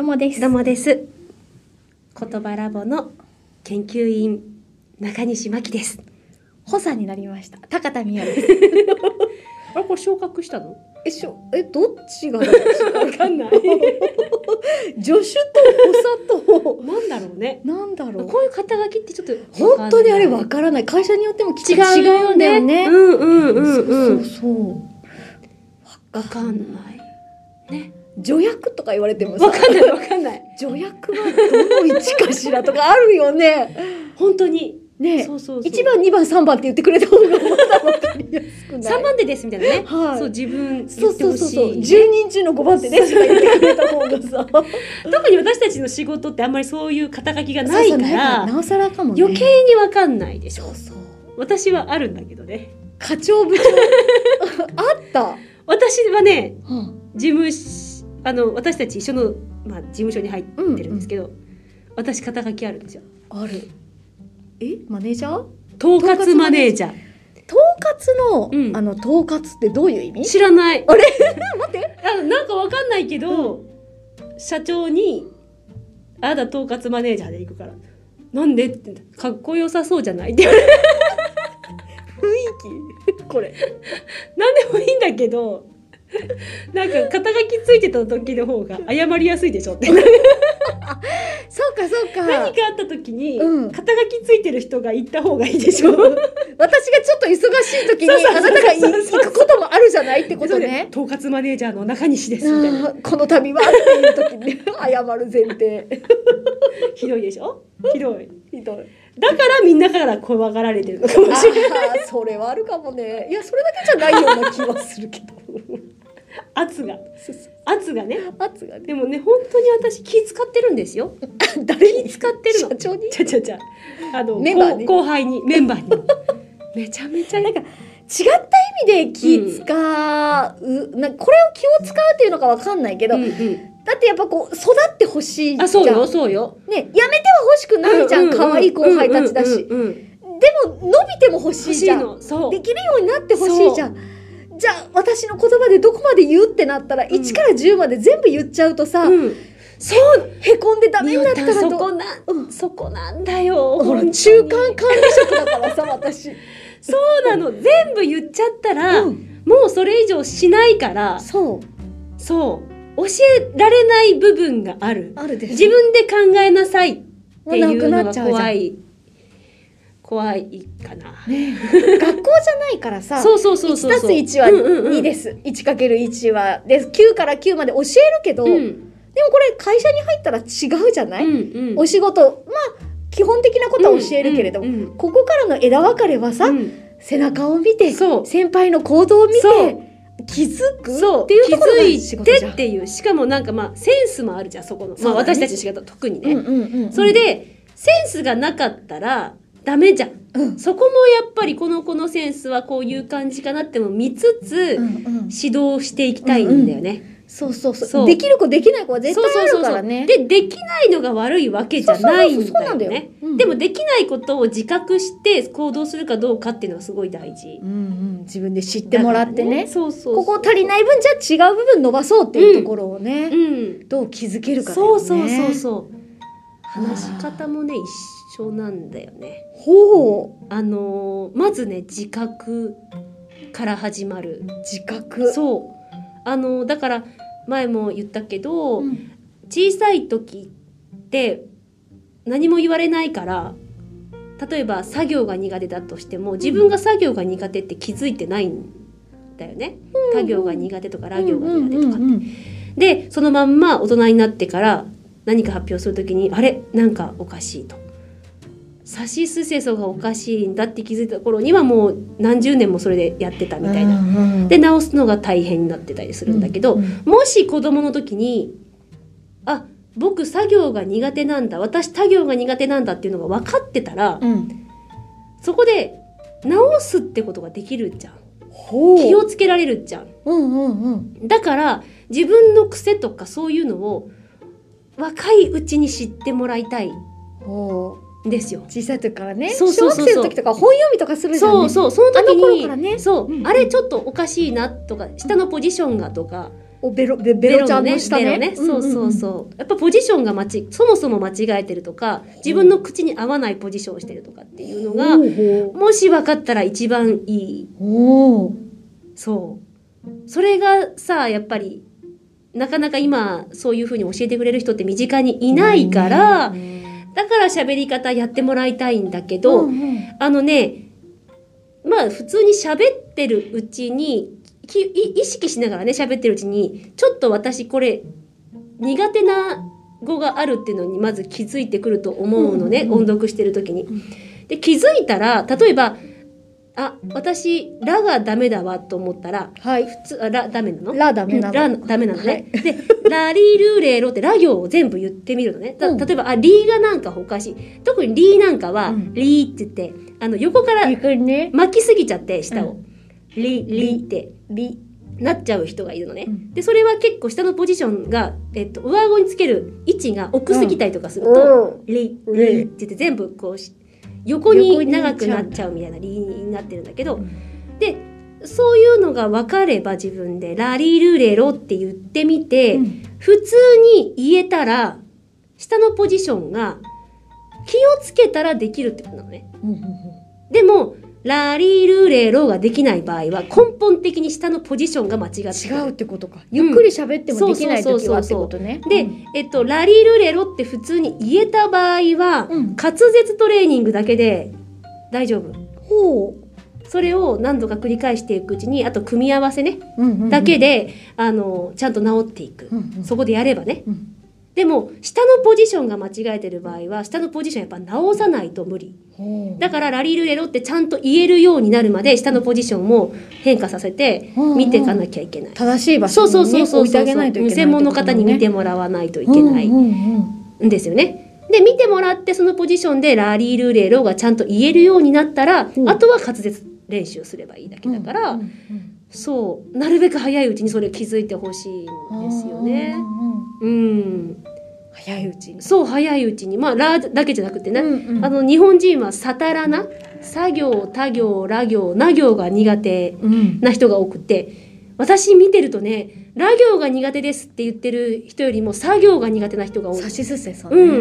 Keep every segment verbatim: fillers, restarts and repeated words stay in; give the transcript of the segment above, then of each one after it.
もです。 どうもです。言葉ラボの研究員中西真希です。 補佐になりました高田美代です。 あれこれ昇格したの？ えしょえどっちがどっちかわかんない。助手と補佐となんだろうね。 なんだろう。 こういう肩書きってちょっと本当にあれわからない。会社によってもきっと違うんだよね。うんうんうんうん。 そうそうそう。 わかんないね。 助役とか言われてもさ、 わかんないわかんない。 助役はどの位置かしらとかあるよね。 本当に。 ね、 そうそうそう。 いちばんにばんさんばんって言ってくれた方がまだわかりやすくない。 さんばん手ですみたいなね。 はい。 そう自分言ってほしい。 そうそうそうそう。じゅうにん中のごばん手ですとか言ってくれた方がさ。 特に私たちの仕事ってあんまりそういう肩書きがないから、そうそうなおさらかもね。 余計にわかんないでしょ。 そうそう。 私はあるんだけどね。 課長部長あった。 私はね、 うん、 事務あの私たち一緒の、まあ、事務所に入ってるんですけど、うんうん、私肩書きあるんですよ。 ある。えマネージャー？ 統括マネージャー。 統括の、うん、あの統括ってどういう意味？ 知らない。 あれ待って。 あなんかわかんないけど、うん、社長にあなた統括マネージャーで行くから。なんでってかっこよさそうじゃないって言われる。 雰囲気これ。 なんでもいいんだけど。なんか肩書きついてた時の方が謝りやすいでしょって。そうかそうか。 何かあった時に、 うん、 肩書きついてる人が行った方がいいでしょ。 私がちょっと忙しい時にあなたが行くこともあるじゃないってことね。 統括マネージャーの中西ですみたいな。 この度はっていう時に謝る前提。 ひどいでしょ。ひどいひどい。 だからみんなから怖がられてるのかもしれない。 それはあるかもね。いやそれだけじゃないような気はするけど。 圧が圧がね圧がね。 でもね本当に私気使ってるんですよ。 誰に使ってるの？ 社長に？ ちゃちゃちゃあのメンバーに後輩にメンバーにめちゃめちゃなんか違った意味で気使う、うん、なんかこれを気を使うっていうのかわかんないけど、うんうん、だってやっぱこう育ってほしいじゃん。 あそうよそうよ。 ねやめては欲しくないじゃん、可愛い後輩たちだし。でも伸びても欲しいじゃん。そうできるようになってほしいじゃん。じゃあ私の言葉でどこまで言うってなったら、うん、いちからじゅうまで全部言っちゃうとさ、うん、そうへこんでダメになったらそこな、うん、そこなんだよ。 ほら中間管理職だからさ私そうなの全部言っちゃったら、うん、もうそれ以上しないからそうそう教えられない部分がある。 あるでしょ。 自分で考えなさいっていうのが怖い怖いかな、 ね、学校じゃないからさそうそうそうそういちたすいち はにです、うんうんうん、いちかけるいち はできゅうからきゅうまで教えるけど、うん、でもこれ会社に入ったら違うじゃない、うんうん、お仕事まあ基本的なことは教えるけれども、うんうんうん、ここからの枝分かれはさ、うん、背中を見て先輩の行動を見て気づくっていうところが仕事じゃん。 気づいてっていうしかもなんかまあセンスもあるじゃんそこの、まあ、私たちの仕事特にね、 うんうんうんうん、それでセンスがなかったらダメじゃん、うん、そこもやっぱりこの子のセンスはこういう感じかなっても見つつ、うんうん、指導していきたいんだよね、うんうん、 そうそうそう、そうできる子できない子は絶対あるからね。 そうそうそうそうでできないのが悪いわけじゃないんだよね。でもできないことを自覚して行動するかどうかっていうのはすごい大事、 うんうん、自分で知ってもらって ね, ねそうそうそうここ足りない分じゃあ違う部分伸ばそうっていうところをね、うんうん、どう気づけるかだよね。 そうそうそうそう話し方もね一緒なんだよね。 ほうあのー、まずね自覚から始まる。 自覚そうあのー、だから前も言ったけど、うん、小さい時って何も言われないから例えば作業が苦手だとしても自分が作業が苦手って気づいてないんだよね、うん、作業が苦手とかラ行が苦手とかって、うんうんうんうん、でそのまんま大人になってから何か発表するときにあれなんかおかしいとさしすせそがおかしいんだって気づいた頃にはもう何十年もそれでやってたみたいな、うんうん、で直すのが大変になってたりするんだけど、うんうん、もし子供の時にあ僕作業が苦手なんだ私作業が苦手なんだっていうのが分かってたら、うん、そこで直すってことができるじゃん。気をつけられるじゃん、 うんうんうん、 だから自分の癖とかそういうのを若いうちに知ってもらいたいですよ。 小さい時からね。 そうそうそうそう。 小学生の時とか本読みとかするじゃん、ね、 そうそうその時にあの頃からね。 そう、うん、あれちょっとおかしいなとか下のポジションがとかおベロベベロちゃんの下ね。 ベロね、そうそうそう。やっぱポジションが間違そもそも間違えてるとか、自分の口に合わないポジションをしてるとかっていうのが、うん、もし分かったら一番いい。 おそう。それがさ、やっぱりなかなか今そういう風に教えてくれる人って身近にいないから、うん、だから喋り方やってもらいたいんだけど、うんうん、あのね、まあ普通に喋ってるうちにき意識しながらね喋ってるうちにちょっと私これ苦手な語があるっていうのにまず気づいてくると思うのね、うんうん、音読してる時に。で気づいたら例えばあ私ラがダメだわと思ったら、 はい、 普通あラダメなの？ ラダメなの。 ラダメなのね。はい、でラリルレロってラ行を全部言ってみるのね。例えばあリーがなんかおかしい。特にリーなんかは、うん、リーって言ってあの横から巻きすぎちゃって下を、うん、リリってリなっちゃう人がいるのね。うん、でそれは結構下のポジションが、えっと、上顎につける位置が奥すぎたりとかすると、うん、リリって言って全部こう横に長くなっちゃうみたいなリーになってるんだけど、うん、でそういうのが分かれば自分でラリルレロって言ってみて、うん、普通に言えたら下のポジションが気をつけたらできるってことなのね。うんうんうん、でもラリルレロができない場合は根本的に下のポジションが間違ってる。 違うってことか。ゆっくり喋ってもできない時はってことね。 で、うん、えっとラリルレロって普通に言えた場合は、うん、滑舌トレーニングだけで大丈夫。 ほう。 それを何度か繰り返していくうちにあと組み合わせね、うんうんうん、だけであのちゃんと治っていく、うんうん、そこでやればね。うん、でも下のポジションが間違えてる場合は下のポジションやっぱ直さないと無理。だからラリルレロってちゃんと言えるようになるまで下のポジションも変化させて見ていかなきゃいけない。 正しい場所に、ね、 そうそうそうそう置いてあげないといけない。 専門の方に見てもらわないといけないんですよね。で見てもらってそのポジションでラリルレロがちゃんと言えるようになったら、うん、あとは滑舌練習すればいいだけだから、うんうんうん、そうなるべく早いうちにそれ気づいてほしいんですよね。うん、うん早いうちにそう早いうちにまあラだけじゃなくてね、うんうん、あの日本人はサタラナ作業他行ラ行ナ行が苦手な人が多くて、うん、私見てるとねラ行が苦手ですって言ってる人よりも作業が苦手な人が多い。 さしすせそ、 ね、うんうん、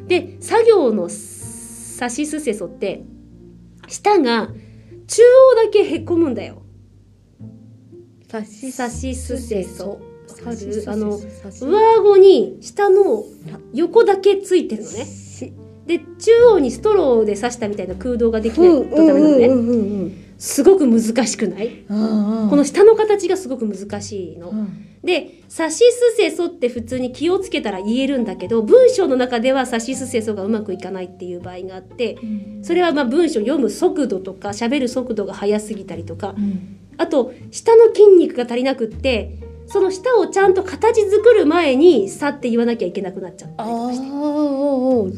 で作業のさしすせそって下が中央だけへこむんだよ。 さしすせそあの上顎に下の横だけついてるのね。で中央にストローで刺したみたいな空洞ができないとダメなのね、うんうんうんうん、すごく難しくない？うんうん、この下の形がすごく難しいの、うん、でさしすせそって普通に気をつけたら言えるんだけど文章の中ではさしすせそがうまくいかないっていう場合があって、うん、それはまあ文章読む速度とか喋る速度が速すぎたりとか、うん、あと下の筋肉が足りなくってその下をちゃんと形作る前にさって言わなきゃいけなくなっちゃったりとかして、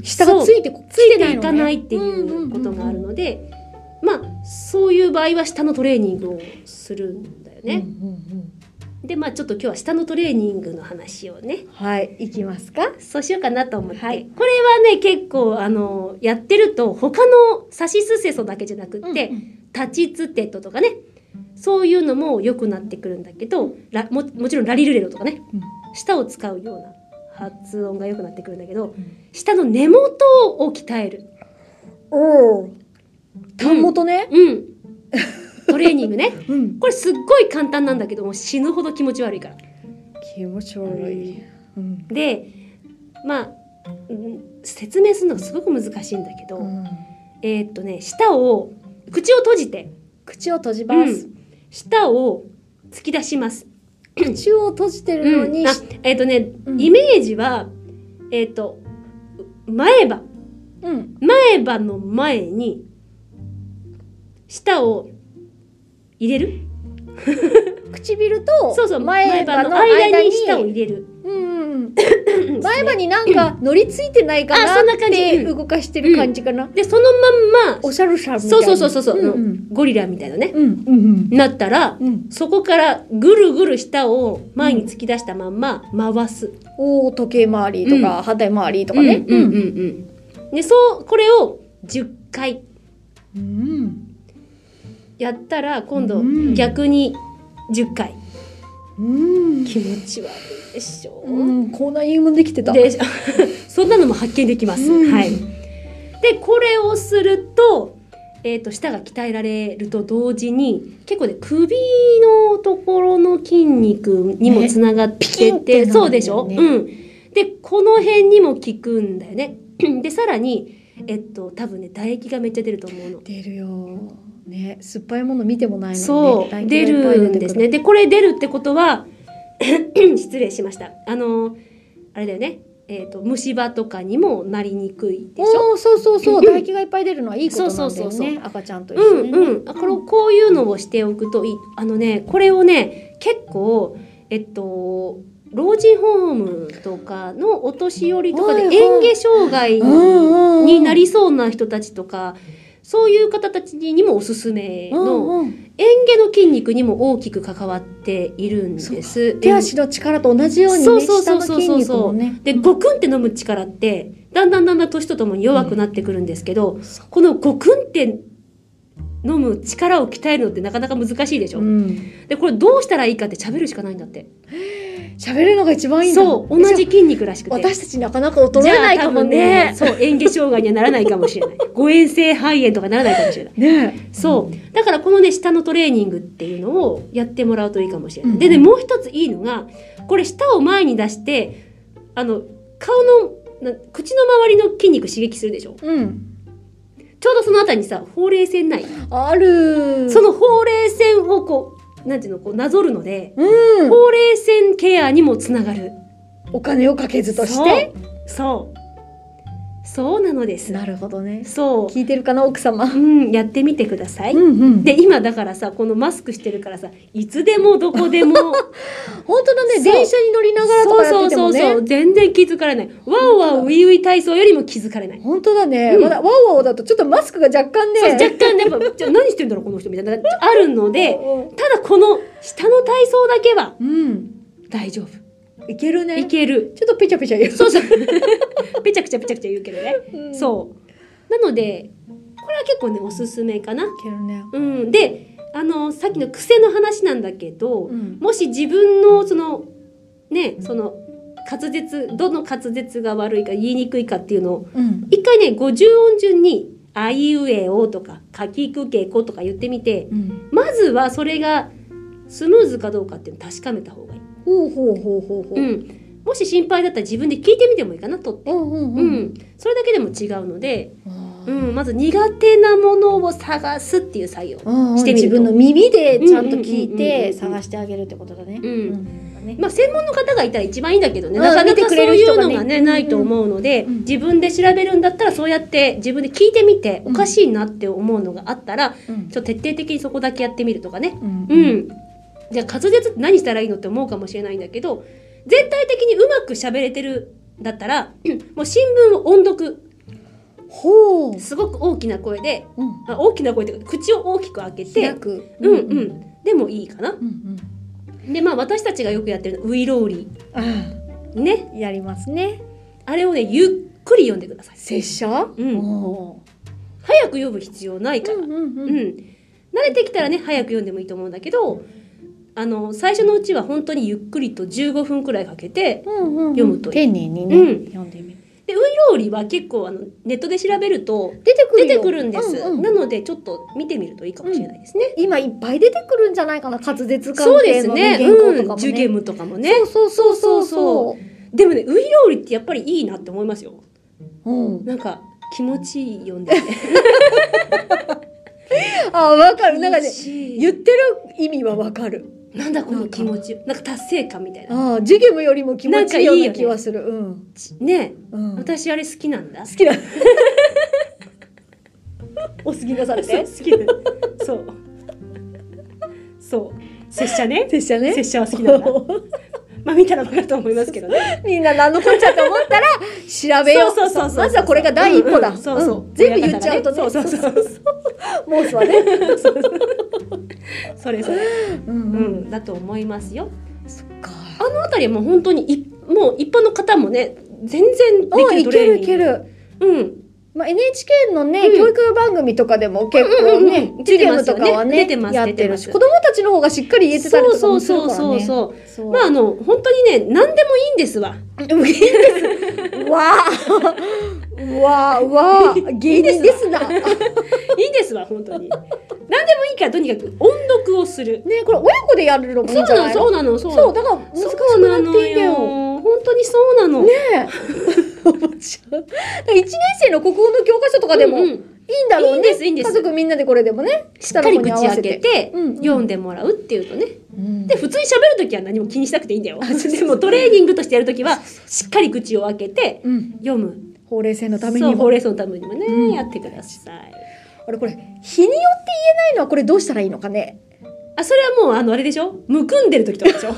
下がついてこついていかないっていうことがあるので、まあそういう場合は下のトレーニングをするんだよね。うんうんうん、でまあちょっと今日は下のトレーニングの話をね、 はいいきますか。 そうしようかなと思って、はい、これはね結構あのやってると他のさしすせそだけじゃなくって、うんうん、立ちつてととかねそういうのも良くなってくるんだけど も, もちろんラリルレロとかね、うん、舌を使うような発音が良くなってくるんだけど、うん、舌の根元を鍛える。 おお単元ね、 うん、うん、トレーニングね、うん、これすっごい簡単なんだけども死ぬほど気持ち悪いから。 気持ち悪い、 うん、でまあ、うん、説明するのがすごく難しいんだけど、うん、えー、っとね舌を口を閉じて口を閉じます、うん、 舌を突き出します。 口を閉じてるのに、うん、あえっ、ー、とね、うん、イメージはえっ、ー、と前歯、うん、前歯の前に舌を入れる唇とそうそう前歯の間に舌を入れる。 うん前歯になんか乗りついてないかなって動かしてる感じかな、 うん、でそのまんまおしゃるしゃるみたいなそうそうそうそう、うんうん、ゴリラみたいなね、うんうんうん、なったら、うん、そこからぐるぐる舌を前に突き出したまんま回す、うん、 お時計回りとか、うん、反対回りとかね、 うんうんうんうん、でそうこれをじゅっかい、うん、やったら今度逆にじゅっかい、 うん気持ち悪いでしょ、 うん、こんな言い分できてたでそんなのも発見できます、 うん、 はい。でこれをすると、えーと、舌が鍛えられると同時に結構ね首のところの筋肉にもつながってて、ね、てそうでしょ、うん、でこの辺にも効くんだよねでさらにえっと多分ね唾液がめっちゃ出ると思うの。 出るよね、酸っぱいもの見てもないのに、ね、 そう出るんですね。でこれ出るってことは失礼しました、あのあれだよね、えーと、虫歯とかにもなりにくいでしょ。 おそうそうそう、唾液がいっぱい出るのはいいことなんだよね。そうそうそうそう、赤ちゃんと一緒に、ね、 うんうん、これこういうのをしておくといい。あのねこれをね結構えっと老人ホームとかのお年寄りとかで嚥下障害になりそうな人たちとか、そういう方たちにもおすすめの嚥下の筋肉にも大きく関わっているんです。 手足の力と同じようにね、 そうそうそうそうそう下の筋肉もね。 でゴクンって飲む力ってだんだんだんだん年とともに弱くなってくるんですけど、うん、このゴクンって飲む力を鍛えるのってなかなか難しいでしょ、うん、でこれどうしたらいいかって喋るしかないんだって。 喋るのが一番いいんだ。 そう同じ筋肉らしくて私たちなかなか衰えないかもね。 そう嚥下障害にはならないかもしれない誤嚥性肺炎とかならないかもしれないね。 そうだからこのね舌のトレーニングっていうのをやってもらうといいかもしれない、うん、でねもう一ついいのがこれ舌を前に出してあの顔のな口の周りの筋肉刺激するでしょ、うん、ちょうどそのあたりにさほうれい線ないある。 そのほうれい線をこうなんていうのこうなぞるので、うん、ほうれい線ケアにもつながる。 お金をかけずとしてそうそうなのです。 なるほどね。 そう聞いてるかな奥様、 うん、やってみてください、うんうん、で今だからさこのマスクしてるからさいつでもどこでも本当だね。電車に乗りながらとかやっててもね、そうそうそうそう全然気づかれない。ワウワウウィウィ体操よりも気づかれない。 本当だね、うん、まだワウワウだとちょっとマスクが若干ね、 そう若干ねやっぱじゃ何してんだろうこの人みたいなあるのでただこの下の体操だけは、うん、大丈夫いけるね。 いける。 ちょっとペチャペチャ言う。 そうそうペチャクチャペチャクチャ言うけどね、うん、そうなのでこれは結構ねおすすめかな。いけるね、 うん、であのさっきの癖の話なんだけど、うん、もし自分のそのねその滑舌どの滑舌が悪いか言いにくいかっていうのを、うん、一回ねごじゅう音順にあいうえおとかかきくけことか言ってみて、うん、まずはそれがスムーズかどうかっていうのを確かめた方がいい。 ほうほうほうほうほう、 うん、もし心配だったら自分で聞いてみてもいいかなとって、うんうんうんうん、それだけでも違うので、うん、まず苦手なものを探すっていう作業をしてみると、 自分の耳でちゃんと聞いて探してあげるってことだね。うんうんね、まあ、専門の方がいたら一番いいんだけどね、なかなかそういうのがね、ないと思うので、うんうん、自分で調べるんだったらそうやって自分で聞いてみておかしいなって思うのがあったら、うん、ちょっと徹底的にそこだけやってみるとかね、うんうん、じゃあ滑舌って何したらいいのって思うかもしれないんだけど、全体的にうまく喋れてるんだったらもう新聞を音読、ほうすごく大きな声で、うん、あ大きな声で口を大きく開けて開く、 うんうん、でもいいかな、うんうん、でまあ私たちがよくやってるのウイロウリねやりますね。 あれをねゆっくり読んでください。 拙者、 うん、早く読む必要ないから、うんうんうんうん、慣れてきたらね早く読んでもいいと思うんだけど、あの最初のうちは本当にゆっくりとじゅうごふんくらいかけて読むといい、 うんうんうん、丁寧にね、うん、読んでみる。 でウイロウリは結構あのネットで調べると出てくる出てくるんです、うんうん、なのでちょっと見てみるといいかもしれないですね、 うん、今いっぱい出てくるんじゃないかな、滑舌関係の、ね、原稿とかもね、 ジュゲムとかもね、 そうそうそうそうそうでもねウイロウリってやっぱりいいなって思いますよ、うん、なんか気持ちいい読んでてあ、分かる。なんかね言ってる意味は分かる。 なんだこの気持ち、なんか達成感みたいな。 ああ、ジュゲムよりも気持ちいいような気はする。うん、 ね、うん、私あれ好きなんだ。 好きなお好きなされて好きでそうそう拙者ね拙者ね拙者は好きなんだまあ見たら分かると思いますけどねみんな何のこっちゃと思ったら調べよう。そうそうそうそう、まずはこれが第一歩だ、うんうん、そうそう、うん、全部言っちゃうとね、そうそうそうそうモースはねそれそれ、うんうん、だと思いますよ。そっか、あのあたりはもう本当にいもう一般の方もね全然できるトレーニング。 いけるいける、 うん、 まあ、エヌエイチケー のね、 うん、 教育番組とかでも結構ね、 うんうんうん、 テレビとかはね、やってるし、子供たちの方がしっかり言えてたりとかもするからね。 そうそうそうそう。まあ、あの、本当にね、何でもいいんですわ。 いいんです。わあ。うわーうわー芸人ですな。いいんですわ本当に。何でもいいからとにかく音読をする。 ねこれ親子でやるのもいいんじゃないの？ そうなのそうなのそうだから難しくなっていいんだよ。 本当にそうなの。ねえ。 一年生の国語の教科書とかでもいいんだろうね。いいんですいいんです。家族みんなでこれでもね。 しっかり口開けて読んでもらうっていうとね。うん、で普通に喋るときは何も気にしなくていいんだよ。でもトレーニングとしてやるときはしっかり口を開けて読む。 ほうれい線のためにも。 ほうれい線のためにもね、うん、やってください。 あれこれ日によって言えないのはこれどうしたらいいのかね。 あそれはもうあのあれでしょ。むくんでる時とかでしょ。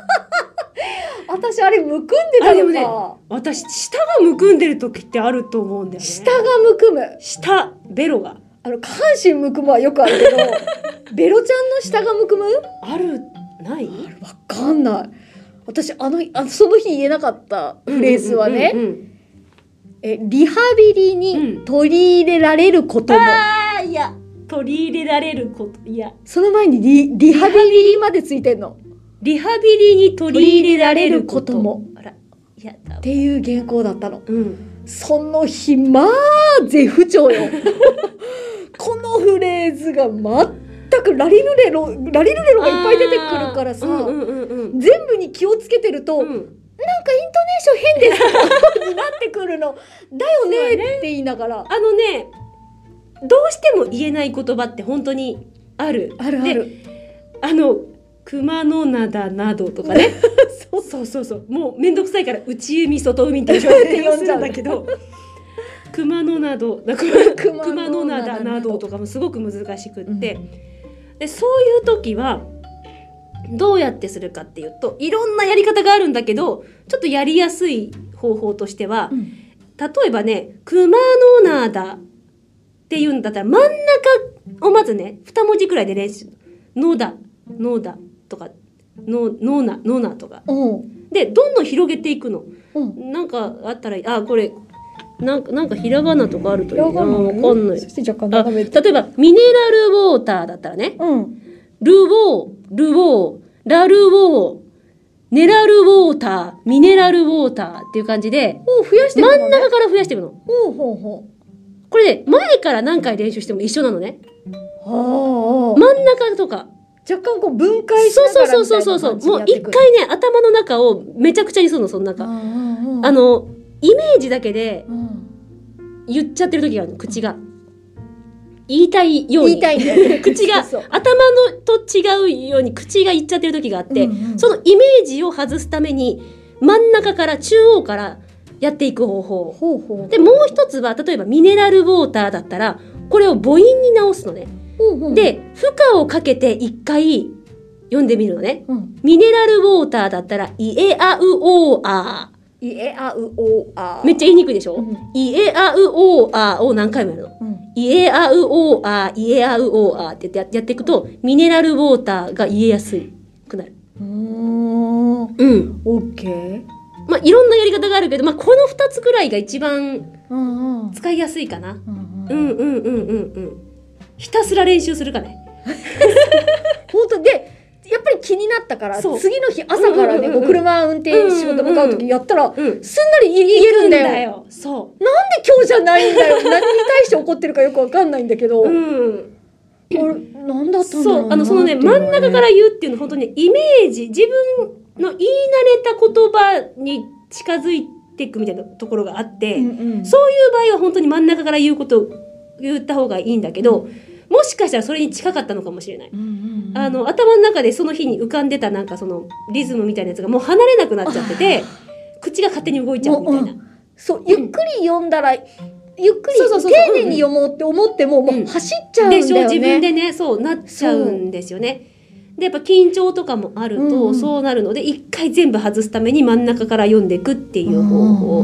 私あれむくんでたのか。ね、 私舌がむくんでる時ってあると思うんだよね。 舌がむくむ。 舌ベロが。 あの下半身むくむはよくあるけど、ベロちゃんの舌がむくむ？ あるない？ わかんない。私あのあその日言えなかったフレーズはね。うんうんうんうん、えリハビリに取り入れられることも、うん、 ああいや取り入れられることいやその前に リ, リハビリまでついてんの。 リハビリに取り入れられることもあらやだっていう原稿だったの、 うん、 その日まあ絶不調よ。このフレーズが全くラリルレロラリルレロがいっぱい出てくるからさ、うんうんうんうん、全部に気をつけてると、うん、なんかイントネーション変ですになってくるのだよねって言いながら、 あのねどうしても言えない言葉って本当にあるあるある。 あの熊野灘などとかねそうそうそうそうもうめんどくさいから内海外海って言われるんだけど熊野灘熊野灘などとかもすごく難しくって、うん、でそういう時はどうやってするかっていうといろんなやり方があるんだけどちょっとやりやすい方法としては、うん、例えばね熊野灘っていうんだったら真ん中をまずねに文字くらいで練習のだのだとかののなのなとかでどんどん広げていくの、うん、なんかあったらあこれなんかなんかひらがなとかあるといいなわかんない。あ例えばミネラルウォーターだったらね、うん、ルウォールウォーラルウォーネラルウォーターミネラルウォーターっていう感じで増やしていくの、ね、 真ん中から増やしていくの。 ほうほうほう。 これで、ね、前から何回練習しても一緒なのね。 はあ真ん中とか若干こう分解しながらみたいな感じでやってくる。そうそうそうそう。もう一回ね、頭の中をめちゃくちゃにするの、その中。あの、イメージだけで言っちゃってる時があるの、口が。言いたいように。言いたいんだよね。 口が、そうそう頭のと違うように口が言っちゃってる時があって、うんうん、そのイメージを外すために、真ん中から中央からやっていく方法。 ほうほう。 で、もう一つは、例えばミネラルウォーターだったら、これを母音に直すのね。で負荷をかけて一回読んでみるのね、うん、ミネラルウォーターだったらイエアウオーアーイエアウオーアーめっちゃ言いにくいでしょ、うん、イエアウオーアーを何回もやるの、うん、イエアウオーアーイエアウオーアーってやってやっていくとミネラルウォーターが言えやすくなる。 うーんうんオッケー。 まあいろんなやり方があるけど、まあ、このふたつくらいが一番使いやすいかな。うんうんうんうんうんうんひたすら練習するかね。 本当でやっぱり気になったから次の日朝からね、うんうんうん、車運転仕事向かう時やったら、うんうん、すんなり言えるんだよ。だよそうなんで今日じゃないんだよ。何に対して怒ってるかよくわかんないんだけど、うん、これ何だったんだろうな。 そうあのそのね真ん中から言うっていうのは本当にイメージ自分の言い慣れた言葉に近づいていくみたいなところがあって、うんうん、そういう場合は本当に真ん中から言うことを言った方がいいんだけど、うんもしかしたらそれに近かったのかもしれない、うんうんうん、あの頭の中でその日に浮かんでたなんかそのリズムみたいなやつがもう離れなくなっちゃってて口が勝手に動いちゃうみたいな、うん、 そうゆっくり読んだら、うん、ゆっくり丁寧に読もうって思っても、うん、もう走っちゃうんだよね。でしょ自分でねそうなっちゃうんですよね。でやっぱ緊張とかもあるとそうなるので一、うん、回全部外すために真ん中から読んでいくっていう方法、うん、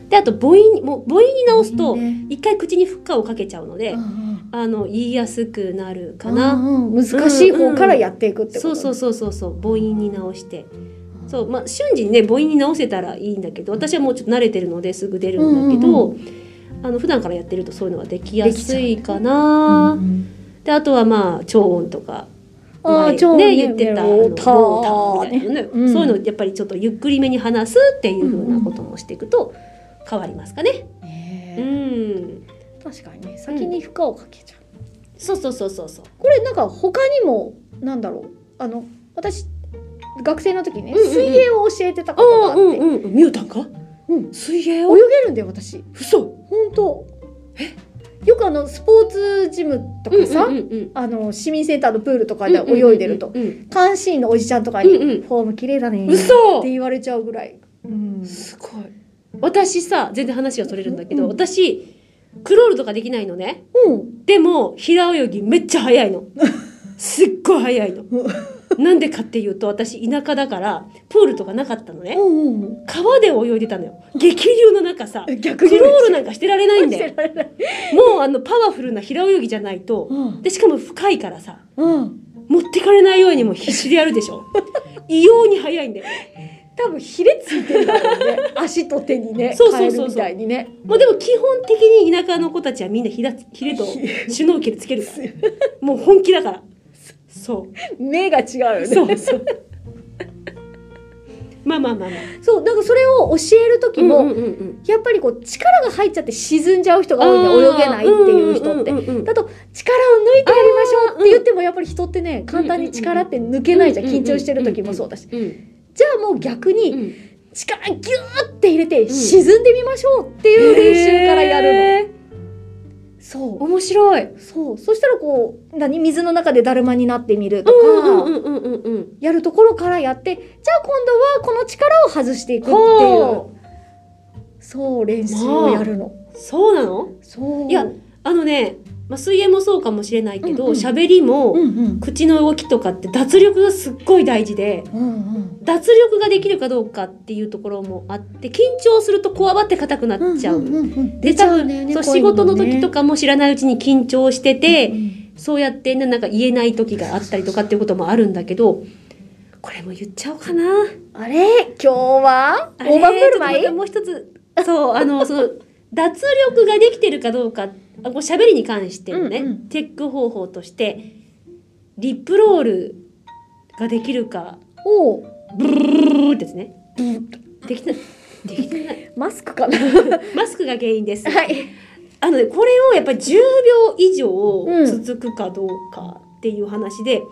であと母音もう母音に直すと一回口に負荷をかけちゃうので、うんあの言いやすくなるかな、 うんうん、難しい方からやっていくってこと、ねうんうん、そうそうそうそう母音に直してそうまあ瞬時にね母音に直せたらいいんだけど私はもうちょっと慣れてるのですぐ出るんだけど、うんうんうん、 あの普段からやってるとそういうのができやすいかな、うんうん、であとはまあ超音とかあー超音ね言ってたあのローターみたいなね、 うん、 そういうのやっぱりちょっとゆっくりめに話すっていう風なこともしていくと変わりますかね、 ね、 うん、 確かにね先に負荷をかけちゃう、 うん、そうそうそうそうそう。 これなんか他にもなんだろうあの私学生の時ね、うんうんうん、水泳を教えてたことがあって、うんうんうん、ミュータンか、うん、水泳を泳げるんだよ私。 嘘。 本当。えよくあのスポーツジムとかさ、うんうんうんうん、あの市民センターのプールとかで泳いでると、うんうんうん、監視員のおじちゃんとかに、うんうん、フォーム綺麗だねって言われちゃうぐらい、 うん、すごい。私さ全然話はそれるんだけど、うん、私クロールとかできないのね、うん、でも平泳ぎめっちゃ速いのすっごい速いのなんでかっていうと私田舎だからプールとかなかったのね、うんうん、川で泳いでたのよ。激流の中さ逆にクロールなんかしてられないんだよもうあのパワフルな平泳ぎじゃないと、うん、でしかも深いからさ、うん、持ってかれないようにも必死でやるでしょ異様に速いんだよ。 多分ヒレついてるんだろうね足と手にねそうそうそうそうみたいにね。 もうでも基本的に田舎の子たちはみんなヒレとシュノーケルつけるからもう本気だから。そう目が違うよね。 そうそうまあまあまあまあそうなんかそれを教える時も、うんうんうんうん、やっぱりこう力が入っちゃって沈んじゃう人が多いんで泳げないっていう人って、うんうんうんうん、だと力を抜いてやりましょうって言ってもやっぱり人ってね簡単に力って抜けないじゃん、緊張してる時もそうだし、うんうんうん、じゃあもう逆に力ギューって入れて沈んでみましょうっていう練習からやるの、えーそう面白い。 そうそしたらこう何水の中でだるまになってみるとかやるところからやってじゃあ今度はこの力を外していくっていうそう練習をやるの、まあ、そうなの。そういやあのね、まあ、水泳もそうかもしれないけど喋、うんうん、りも、うんうん、口の動きとかって脱力がすっごい大事で、うんうん、脱力ができるかどうかっていうところもあって緊張するとこわばって硬くなっちゃう、うんうんうん、で多分、ね、そう仕事の時とかも知らないうちに緊張してて、うんうん、そうやって、ね、なんか言えない時があったりとかっていうこともあるんだけどこれも言っちゃおうかな。 あれ今日は大盤振る舞いもう一つそうあのその脱力ができてるかどうかこう喋りに関してのね、うんうん、チェック方法としてリップロールができるかをブルーってですねできてできてないマスクかなマスクが原因です、 はい、 あのねこれをやっぱりじゅうびょう以上続くかどうかっていう話で、うん、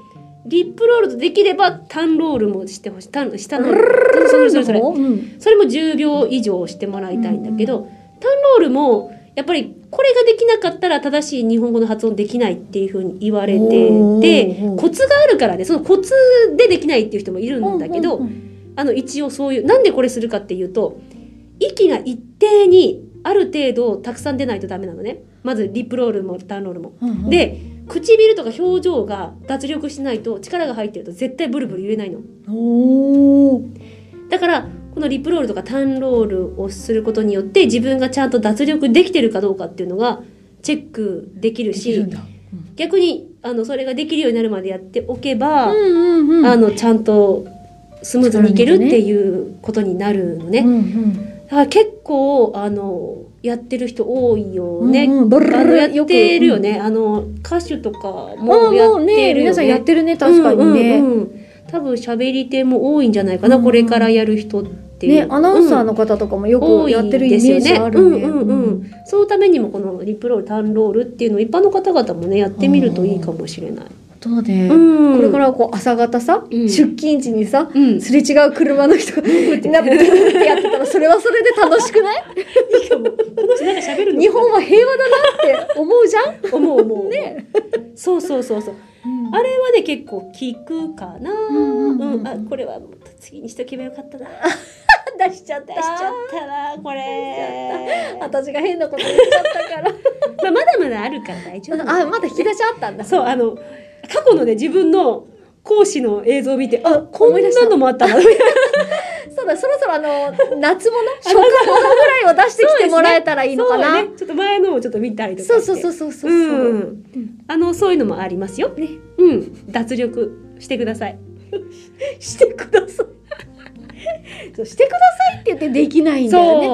リップロールとできればタンロールもしてほしいタン下のそれそれそれ、うん、それもじゅうびょう以上してもらいたいんだけど、うん、タンロールもやっぱりこれができなかったら正しい日本語の発音できないっていう風に言われててコツがあるからねそのコツでできないっていう人もいるんだけどあの一応そういうなんでこれするかっていうと息が一定にある程度たくさん出ないとダメなのね。まずリップロールもターンロールも、うんうん、で唇とか表情が脱力しないと力が入ってると絶対ブルブル揺れないの。おだからこのリップロールとかターンロールをすることによって自分がちゃんと脱力できてるかどうかっていうのがチェックできるし、うん、逆にあのそれができるようになるまでやっておけば、うんうんうん、あのちゃんとスムーズにいけるっていうことになるのね、うんうん、だから結構あのやってる人多いよね、うんうん、あのやってるよね、うん、あの歌手とかもやってるよね、ね皆さんやってるね確かにね、うんうんうん、多分喋り手も多いんじゃないかな、うん、これからやる人っていう、ね、アナウンサーの方とかもよくやってるイメージあるね、うんうんうん、 そのためにもこのリップロールターンロールっていうのを一般の方々もねやってみるといいかもしれない。 そうね、うん、これからこう朝方さ、うん、出勤時にさ、うん、すれ違う車の人がなってやってたらそれはそれで楽しくないいいかもこの人なんか喋るの日本は平和だなって思うじゃん思う思う、ね、そうそうそうそう、うん、あれはね結構聞くかな、うんうんうん、あこれは次にしとけばよかったな出しちゃった出しちゃったなこれ私が変なこと言っちゃったからまあまだまだあるから大丈夫あまだ引き出しあったんだそうあの過去のね自分の講師の映像を見てあこんなのもあったなそうだそろそろあの夏物初夏物ぐらいを出してきてもらえたらいいのかな、 ね、ちょっと前のをちょっと見たりとかしてそうそうそうそうそう、 うん、あのそういうのもありますよ、ね、うん脱力してくださいしてくださいそうしてくださいって言ってできないんだよね。だ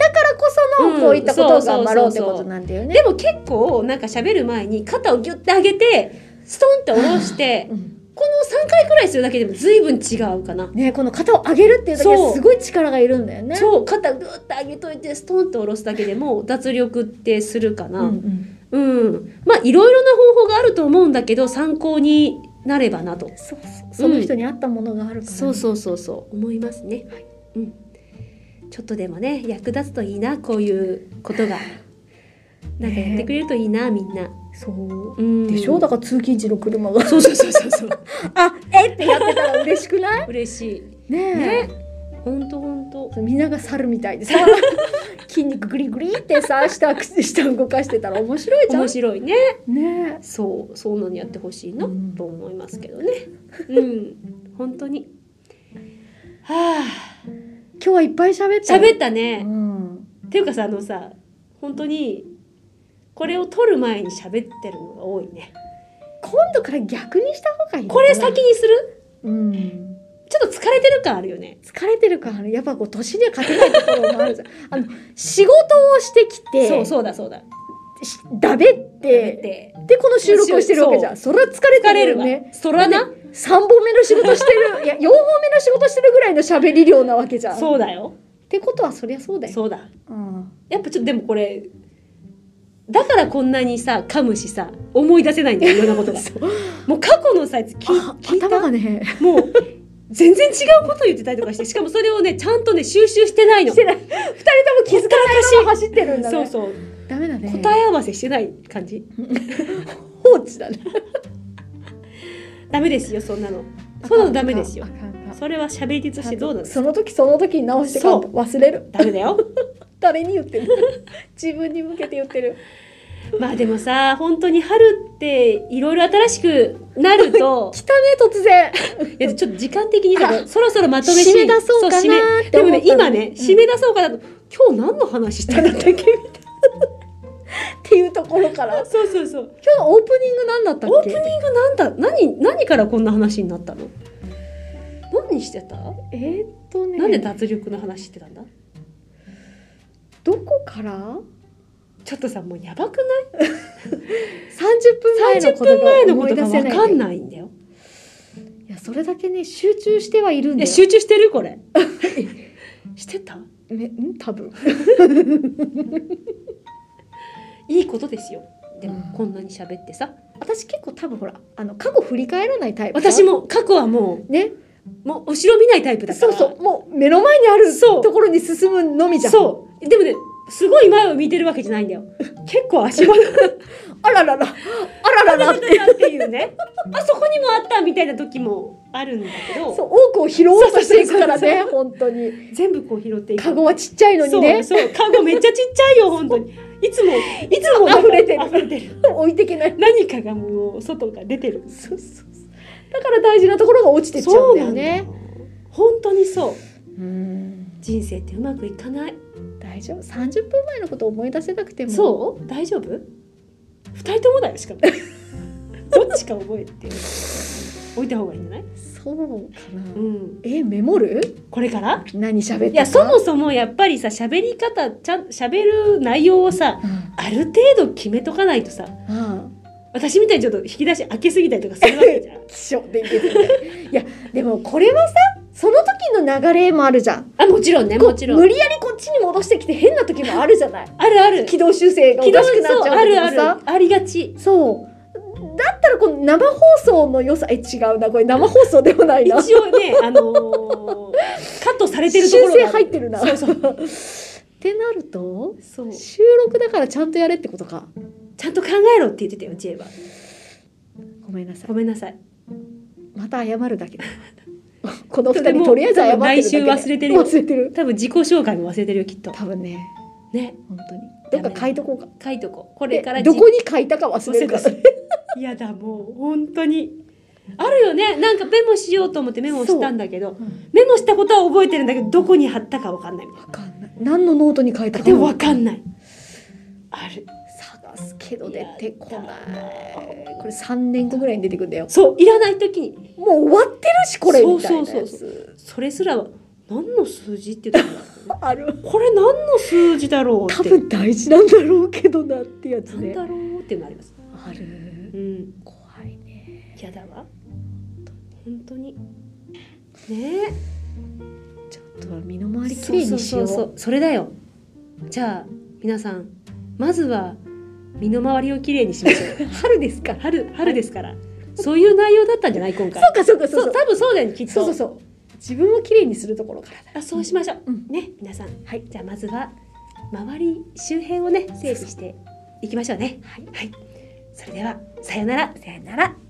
だからこそのこういったことを頑張ろうってことなんだよね。 でも結構なんか喋る前に肩をギュッて上げてストンって下ろして、うん、このさんかいくらいするだけでも随分違うかな。 ね、この肩を上げるっていうだけですごい力がいるんだよね。 そう、肩グッて上げといてストンって下ろすだけでも脱力ってするかな。うんうん、うん、まあいろいろな方法があると思うんだけど参考になればなと。 そうそう、その人に合ったものがあるから、ね、うん、 そうそうそうそう思いますね。はい、うん、ちょっとでもね役立つといいな、こういうことがなんかやってくれるといいな、みんな。 そう、うん、でしょ。だから通勤時の車がそうそうそうそうそうあ、えってやってたら嬉しくない？ 嬉しいねえ、ね、 ほんとほんとみんなが猿みたいでさ筋肉グリグリってさ下下動かしてたら面白いじゃん。 面白いね。 ね、 そうそうなのやってほしいな、うん、と思いますけどね。うん本当に。はあ、 今日はいっぱい喋った喋ったね、うん、っていうかさ、あのさ本当にこれを撮る前に喋ってるのが多いね。 今度から逆にした方がいいのかな。 これ先にする？ うん、 ちょっと疲れてる感あるよね。 疲れてる感ある。やっぱこう年には勝てないところもあるじゃんあの仕事をしてきて、 そうそうだそうだだべってでこの収録をしてるわけじゃん。それは疲れてるよね。 そらなさんぼんめの仕事してるいやよんほんめの仕事してるぐらいの喋り量なわけじゃん。 そうだよ。 ってことはそりゃそうだよ。 そうだ、うん、やっぱちょっとでもこれだからこんなにさ噛むしさ思い出せないんだよ、いろんなことがもう過去のさ聞いた頭がねもう全然違うこと言ってたりとかして、しかもそれをねちゃんとね収集してないの。 してない。ふたりとも気づかないまま走ってるんだね。 そうそうダメだね。 答え合わせしてない感じ放置だねダメですよそんなの。そんなのダメですよ。それは喋りとしてどうなんですか。 その時その時に直してかんと忘れる。 ダメだよ誰に言ってる自分に向けて言ってるまあでもさ本当に春っていろいろ新しくなると来たね突然いやちょっと時間的にそろそろまとめし締め出そうかなって思ったの。 でもね今ね締め出そうかなと、うん、今日何の話したんだったっけみたいなっていうところからそうそうそう。 今日のオープニング何だったっけ。 オープニングなんだ何何からこんな話になったの。何してた？ えー、っとねなんで脱力の話してたんだ。 どこから？ ちょっとさもうやばくない？ さんじゅっぷんまえのことが思い出せない。 分かんないんだよ。 いやそれだけね集中してはいるんだよ。 いや集中してるこれ。してた？ ね、ん多分。 いいことですよ。でも、うん、こんなに喋ってさ。 私結構多分ほらあの過去振り返らないタイプ。 私も過去はもうね。もう後ろ見ないタイプだから。 そうそうもう目の前にあるところに進むのみじゃん。 そうでもねすごい前を見てるわけじゃないんだよ。結構足元あらららあらららっていうねあそこにもあったみたいな時もあるんだけど、 そう多くを拾おうとしていくからね本当に全部こう拾っていく。 カゴはちっちゃいのにね。 そうそうカゴめっちゃちっちゃいよ本当に。いつもいつも溢れてる溢れてる置いてけない。 何かがもう外が出てる。 そうそうだから大事なところが落ちてっちゃうんだよね。 本当にそう。 うん、 人生ってうまくいかない。 大丈夫。さんじゅっぷんまえのこと思い出せなくても。 そう大丈夫。ふたりともだよしかもどっちか覚えて置いた方がいいんじゃない。 そうかな、うん、えメモるこれから何喋ったか。 いやそもそもやっぱりさ喋り方ちゃん喋る内容をさ、うん、ある程度決めとかないとさ、うん、私みたいにちょっと引き出し開けすぎたりとかするわけじゃん気象電気いやでもこれはさその時の流れもあるじゃん。 あもちろんねもちろん。 無理やりこっちに戻してきて変な時もあるじゃない。 あるある。 軌道修正がおかしくなっちゃう時もさ。 あるあるありがち。 そうだったらこの生放送の良さえ違うなこれ生放送でもないな。 一応ねあのー、カットされてるところが修正入ってるな。 そうそうってなるとそう収録だからちゃんとやれってことか。 ちゃんと考えろって言ってたよ知恵は。 ごめんなさいごめんなさい。 また謝るだけだこのふたりとりあえず謝ってるだけで。 来週忘れてるよ。 忘れてる。 多分自己紹介も忘れてるよきっと。 多分ね。 ね本当に。どっか書いとこうか。 書いとこう。これからどこに書いたか忘れるから。 いやだもう本当にあるよね。なんかメモしようと思ってメモしたんだけど、うん、メモしたことは覚えてるんだけどどこに貼ったか分かんないみたいな。 分かんない。何のノートに書いたかでも分かんない。ある。 探すけど出てこない。これさんねんごぐらいに出てくるんだよ。 そういらない時にもう終わってるしこれみたいなやつ。 そうそうそうそう。それすらは何の数字って言ったのある。 これ何の数字だろうって。 多分大事なんだろうけどなってやつね。 なんだろうっていうのあります。 ある。 うん。 怖いね。 嫌だわ。本当に。ね。 ちょっと身の回りきれいにしよう。 そうそうそうそう。それだよ。じゃあ皆さんまずは身の回りをきれいにしましょう。 春ですか。 春春ですから。そういう内容だったんじゃない今回。 そうかそうかそうそう多分そうだよねきっと。 そうそうそう。自分をきれいにするところからだ。 あそうしましょう。 うん、 ね皆さん。 はい。 じゃあまずは周り周辺をね整理していきましょうね。はい、はい、それではさよなら。 さよなら。